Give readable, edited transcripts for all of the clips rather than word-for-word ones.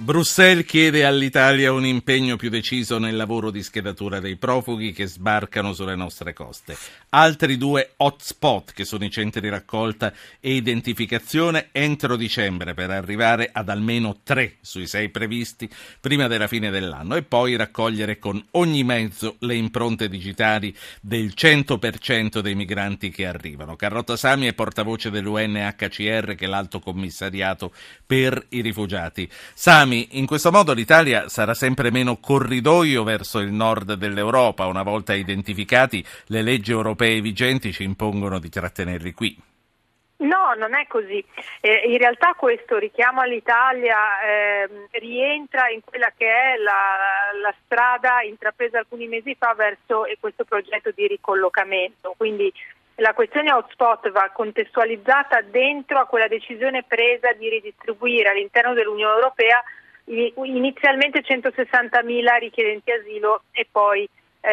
Bruxelles chiede all'Italia un impegno più deciso nel lavoro di schedatura dei profughi che sbarcano sulle nostre coste. Altri 2 hotspot, che sono i centri di raccolta e identificazione, entro dicembre, per arrivare ad almeno 3 sui 6 previsti prima della fine dell'anno, e poi raccogliere con ogni mezzo le impronte digitali del 100% dei migranti che arrivano. Carlotta Sami è portavoce dell'UNHCR, che è l'Alto Commissariato per i rifugiati. Sami, in questo modo l'Italia sarà sempre meno corridoio verso il nord dell'Europa. Una volta identificati, le leggi europee vigenti ci impongono di trattenerli qui. No, non è così. In realtà questo richiamo all'Italia rientra in quella che è la strada intrapresa alcuni mesi fa verso questo progetto di ricollocamento. Quindi la questione hotspot va contestualizzata dentro a quella decisione presa di ridistribuire all'interno dell'Unione Europea inizialmente 160.000 richiedenti asilo e poi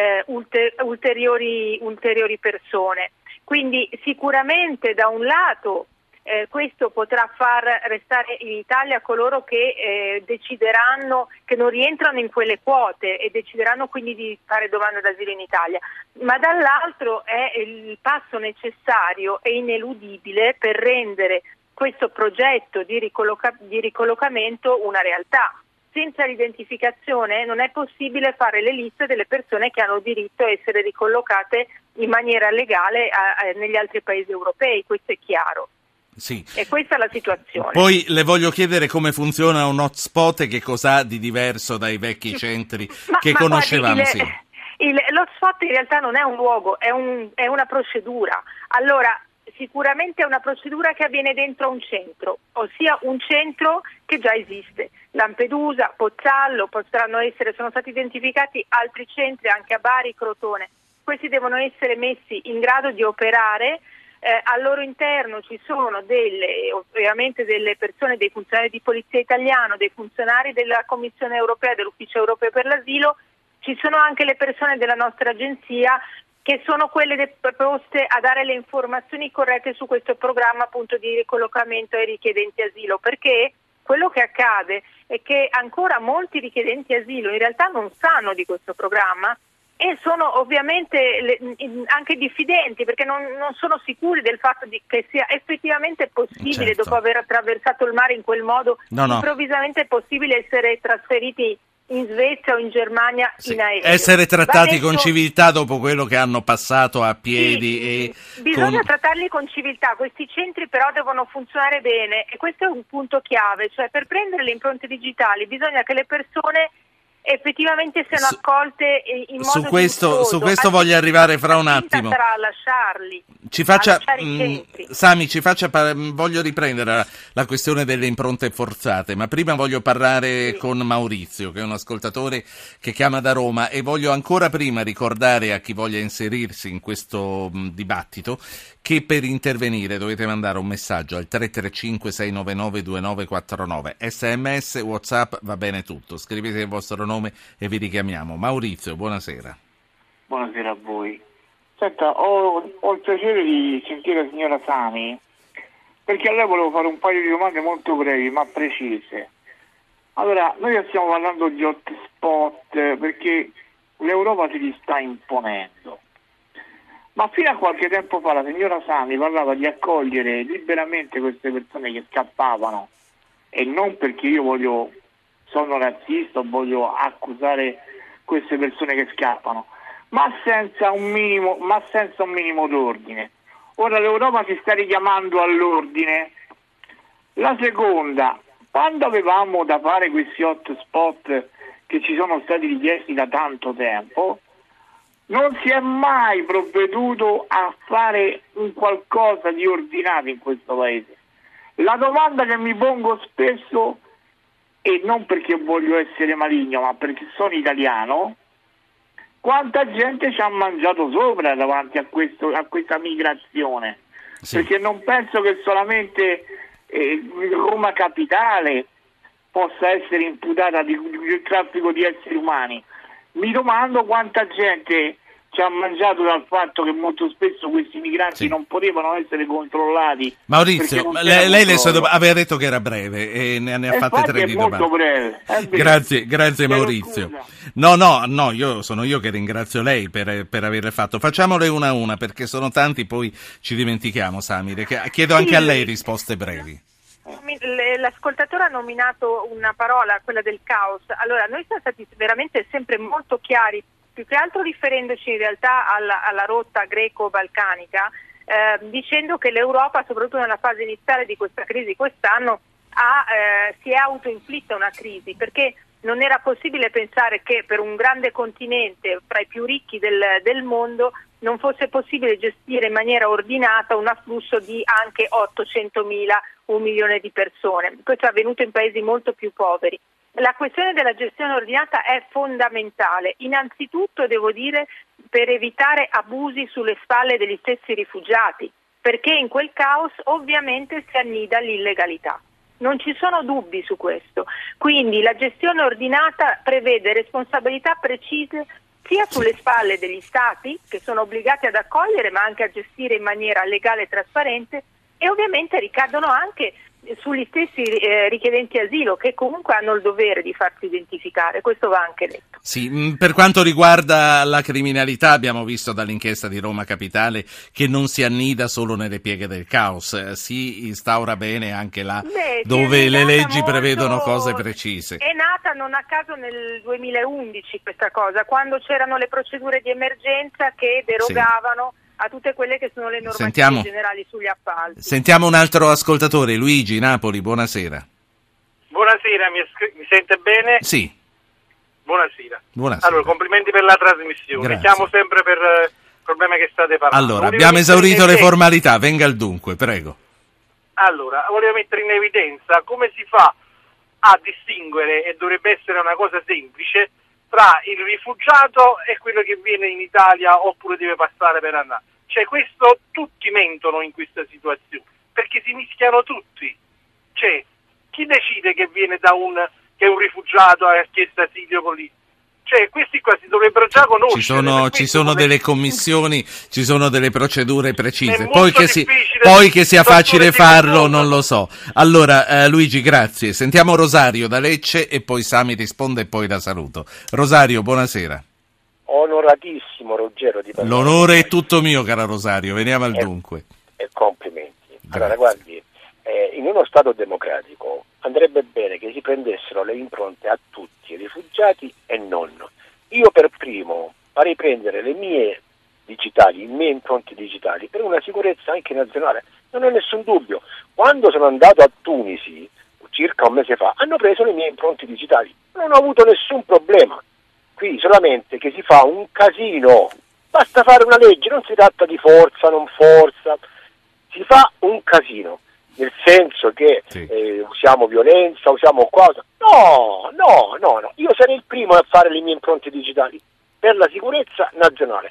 ulteriori persone. Quindi sicuramente da un lato questo potrà far restare in Italia coloro che decideranno, che non rientrano in quelle quote e decideranno quindi di fare domanda d'asilo in Italia, ma dall'altro è il passo necessario e ineludibile per rendere questo progetto di ricollocamento una realtà. Senza l'identificazione non è possibile fare le liste delle persone che hanno diritto a essere ricollocate in maniera legale negli altri paesi europei, questo è chiaro. Sì. E questa è la situazione. Poi le voglio chiedere come funziona un hotspot e che cos'ha di diverso dai vecchi centri che conoscevamo. Guardi, l'hotspot in realtà non è un luogo, è una procedura. Allora, sicuramente è una procedura che avviene dentro un centro, ossia un centro che già esiste. Lampedusa, Pozzallo, sono stati identificati altri centri anche a Bari, Crotone. Questi devono essere messi in grado di operare. Al loro interno ci sono ovviamente delle persone, dei funzionari di polizia italiano, dei funzionari della Commissione europea, dell'Ufficio europeo per l'asilo. Ci sono anche le persone della nostra agenzia, che sono quelle preposte a dare le informazioni corrette su questo programma appunto di ricollocamento ai richiedenti asilo, perché quello che accade è che ancora molti richiedenti asilo in realtà non sanno di questo programma e sono ovviamente anche diffidenti, perché non sono sicuri del fatto che sia effettivamente possibile, certo, dopo aver attraversato il mare in quel modo, improvvisamente è possibile essere trasferiti in Svezia o in Germania in aereo. Essere trattati con civiltà dopo quello che hanno passato a piedi. Bisogna trattarli con civiltà. Questi centri però devono funzionare bene e questo è un punto chiave, cioè per prendere le impronte digitali bisogna che le persone effettivamente siano accolte in modo su questo voglio arrivare fra un attimo. Sarà lasciarli. Sami, voglio riprendere la questione delle impronte forzate, ma prima voglio parlare con Maurizio, che è un ascoltatore che chiama da Roma, e voglio ancora prima ricordare a chi voglia inserirsi in questo dibattito che per intervenire dovete mandare un messaggio al 335 699 2949. SMS, WhatsApp, va bene tutto. Scrivete il vostro nome e vi richiamiamo. Maurizio, buonasera. Buonasera a voi. Senta, ho il piacere di sentire la signora Sami, perché a lei volevo fare un paio di domande molto brevi ma precise. Allora, noi stiamo parlando di hotspot perché l'Europa si li sta imponendo. Ma fino a qualche tempo fa la signora Sami parlava di accogliere liberamente queste persone che scappavano, e non perché io sono razzista o voglio accusare queste persone che scappano, ma senza un minimo d'ordine. Ora l'Europa si sta richiamando all'ordine. La seconda, quando avevamo da fare questi hotspot che ci sono stati richiesti da tanto tempo, non si è mai provveduto a fare un qualcosa di ordinato in questo paese. La domanda che mi pongo spesso, e non perché voglio essere maligno, ma perché sono italiano, quanta gente ci ha mangiato sopra davanti a questa migrazione? Sì. Perché non penso che solamente Roma Capitale possa essere imputata di traffico di esseri umani. Mi domando quanta gente ci ha mangiato dal fatto che molto spesso questi migranti non potevano essere controllati. Maurizio, lei aveva detto che era breve e ne ha fatte 3 di domande. Molto breve. Grazie Maurizio. No, sono io che ringrazio lei per averle fatto. Facciamole una a una, perché sono tanti, poi ci dimentichiamo, Samir. Chiedo anche a lei risposte brevi. L'ascoltatore ha nominato una parola, quella del caos. Allora, noi siamo stati veramente sempre molto chiari, più che altro riferendoci in realtà alla rotta greco-balcanica, dicendo che l'Europa, soprattutto nella fase iniziale di questa crisi quest'anno, si è autoinflitta una crisi, perché non era possibile pensare che per un grande continente fra i più ricchi del mondo non fosse possibile gestire in maniera ordinata un afflusso di anche 800.000, 1 milione di persone. Questo è avvenuto in paesi molto più poveri. La questione della gestione ordinata è fondamentale, innanzitutto devo dire per evitare abusi sulle spalle degli stessi rifugiati, perché in quel caos ovviamente si annida l'illegalità. Non ci sono dubbi su questo, quindi la gestione ordinata prevede responsabilità precise sia sulle spalle degli Stati, che sono obbligati ad accogliere ma anche a gestire in maniera legale e trasparente, e ovviamente ricadono anche sugli stessi richiedenti asilo, che comunque hanno il dovere di farsi identificare, questo va anche detto. Sì, per quanto riguarda la criminalità, abbiamo visto dall'inchiesta di Roma Capitale che non si annida solo nelle pieghe del caos, si instaura bene anche là dove le leggi prevedono cose precise. È nata non a caso nel 2011 questa cosa, quando c'erano le procedure di emergenza che derogavano a tutte quelle che sono le normative generali sugli appalti. Sentiamo un altro ascoltatore, Luigi, Napoli, buonasera. Buonasera, mi sente bene? Sì. Buonasera. Buonasera. Allora, complimenti per la trasmissione. Grazie. Chiamo sempre per il problema che state parlando. Allora, abbiamo esaurito le formalità, venga al dunque, prego. Allora, volevo mettere in evidenza come si fa a distinguere, e dovrebbe essere una cosa semplice, tra il rifugiato e quello che viene in Italia oppure deve passare per andare. Cioè, questo tutti mentono in questa situazione, perché si mischiano tutti. Cioè, chi decide che viene che è un rifugiato, ha chiesto asilo politico? Cioè, questi qua si dovrebbero già conoscere. Ci sono delle commissioni, ci sono delle procedure precise. Poi che sia facile farlo, non lo so. Allora, Luigi, grazie. Sentiamo Rosario da Lecce e poi Sami risponde e poi la saluto. Rosario, buonasera. Onoratissimo Ruggero di parlare. L'onore è tutto mio, cara Rosario. Veniamo al dunque. E complimenti. Grazie. Allora, guardi, in uno Stato democratico andrebbe bene che si prendessero le impronte a tutti, rifugiati e non. Io per primo farei prendere le mie impronte digitali per una sicurezza anche nazionale, non ho nessun dubbio. Quando sono andato a Tunisi, circa un mese fa, hanno preso le mie impronte digitali, non ho avuto nessun problema. Qui solamente che si fa un casino, basta fare una legge, non si tratta di forza, non forza, si fa un casino. Nel senso che usiamo violenza, usiamo cosa. No, io sarei il primo a fare le mie impronte digitali per la sicurezza nazionale.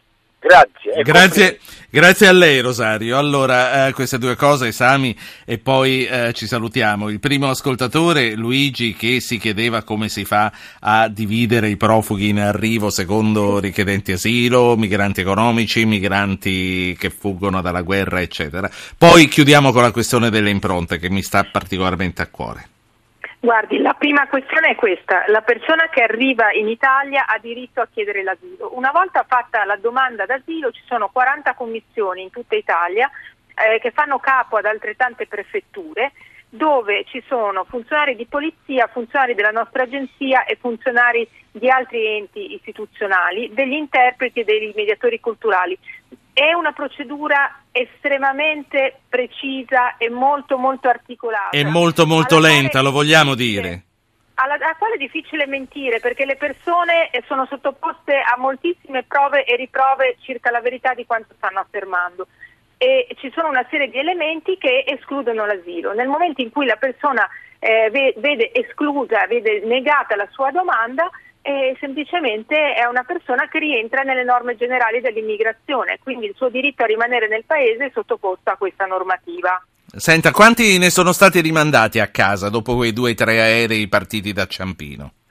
Grazie a lei, Rosario. Allora, queste due cose, Sami, e poi ci salutiamo. Il primo ascoltatore, Luigi, che si chiedeva come si fa a dividere i profughi in arrivo secondo richiedenti asilo, migranti economici, migranti che fuggono dalla guerra, eccetera. Poi chiudiamo con la questione delle impronte, che mi sta particolarmente a cuore. Guardi, la prima questione è questa: la persona che arriva in Italia ha diritto a chiedere l'asilo. Una volta fatta la domanda d'asilo ci sono 40 commissioni in tutta Italia che fanno capo ad altrettante prefetture, dove ci sono funzionari di polizia, funzionari della nostra agenzia e funzionari di altri enti istituzionali, degli interpreti e dei mediatori culturali. È una procedura estremamente precisa e molto molto articolata. È molto lenta, lo vogliamo dire. Alla quale è difficile mentire, perché le persone sono sottoposte a moltissime prove e riprove circa la verità di quanto stanno affermando. E ci sono una serie di elementi che escludono l'asilo. Nel momento in cui la persona vede esclusa, vede negata la sua domanda, semplicemente è una persona che rientra nelle norme generali dell'immigrazione, quindi il suo diritto a rimanere nel paese è sottoposto a questa normativa. Senta, quanti ne sono stati rimandati a casa dopo quei 2 o 3 aerei partiti da Ciampino?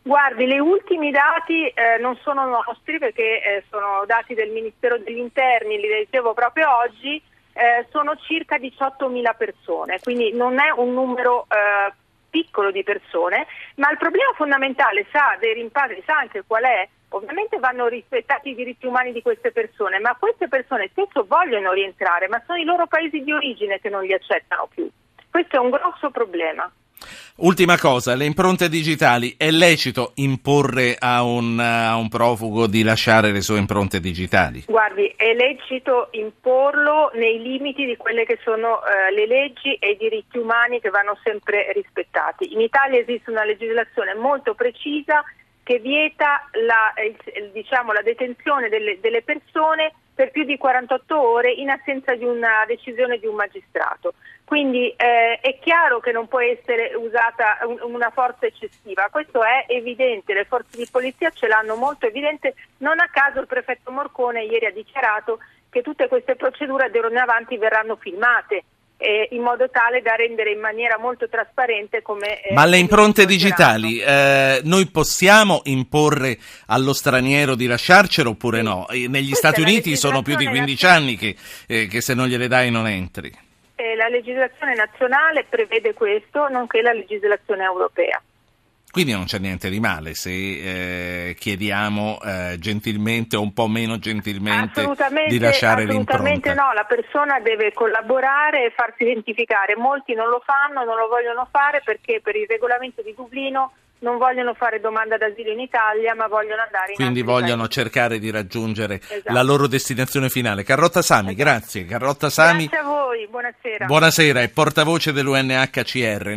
Guardi, gli ultimi dati non sono nostri perché sono dati del Ministero degli Interni, li leggevo proprio oggi, sono circa 18.000 persone, quindi non è un numero piccolo di persone, ma il problema fondamentale dei rimpatri sa anche qual è? Ovviamente vanno rispettati i diritti umani di queste persone, ma queste persone spesso vogliono rientrare, ma sono i loro paesi di origine che non li accettano più. Questo è un grosso problema. Ultima cosa, le impronte digitali. È lecito imporre a un profugo di lasciare le sue impronte digitali? Guardi, è lecito imporlo nei limiti di quelle che sono le leggi e i diritti umani che vanno sempre rispettati. In Italia esiste una legislazione molto precisa che vieta la detenzione delle persone per più di 48 ore in assenza di una decisione di un magistrato. Quindi è chiaro che non può essere usata una forza eccessiva, questo è evidente, le forze di polizia ce l'hanno molto evidente, non a caso il prefetto Morcone ieri ha dichiarato che tutte queste procedure d'ora in avanti verranno filmate in modo tale da rendere in maniera molto trasparente come... Ma le impronte digitali, noi possiamo imporre allo straniero di lasciarcelo oppure no? Negli Stati Uniti sono più di 15 anni che se non gliele dai non entri. La legislazione nazionale prevede questo, nonché la legislazione europea. Quindi non c'è niente di male se chiediamo gentilmente o un po' meno gentilmente di lasciare l'impronta. Assolutamente no, la persona deve collaborare e farsi identificare. Molti non lo fanno, non lo vogliono fare perché per il regolamento di Dublino non vogliono fare domanda d'asilo in Italia, ma vogliono andare in Quindi altri vogliono paesi. Cercare di raggiungere Esatto. la loro destinazione finale. Carlotta Sami, grazie. Carlotta Sami, grazie a voi, buonasera. Buonasera, è portavoce dell'UNHCR.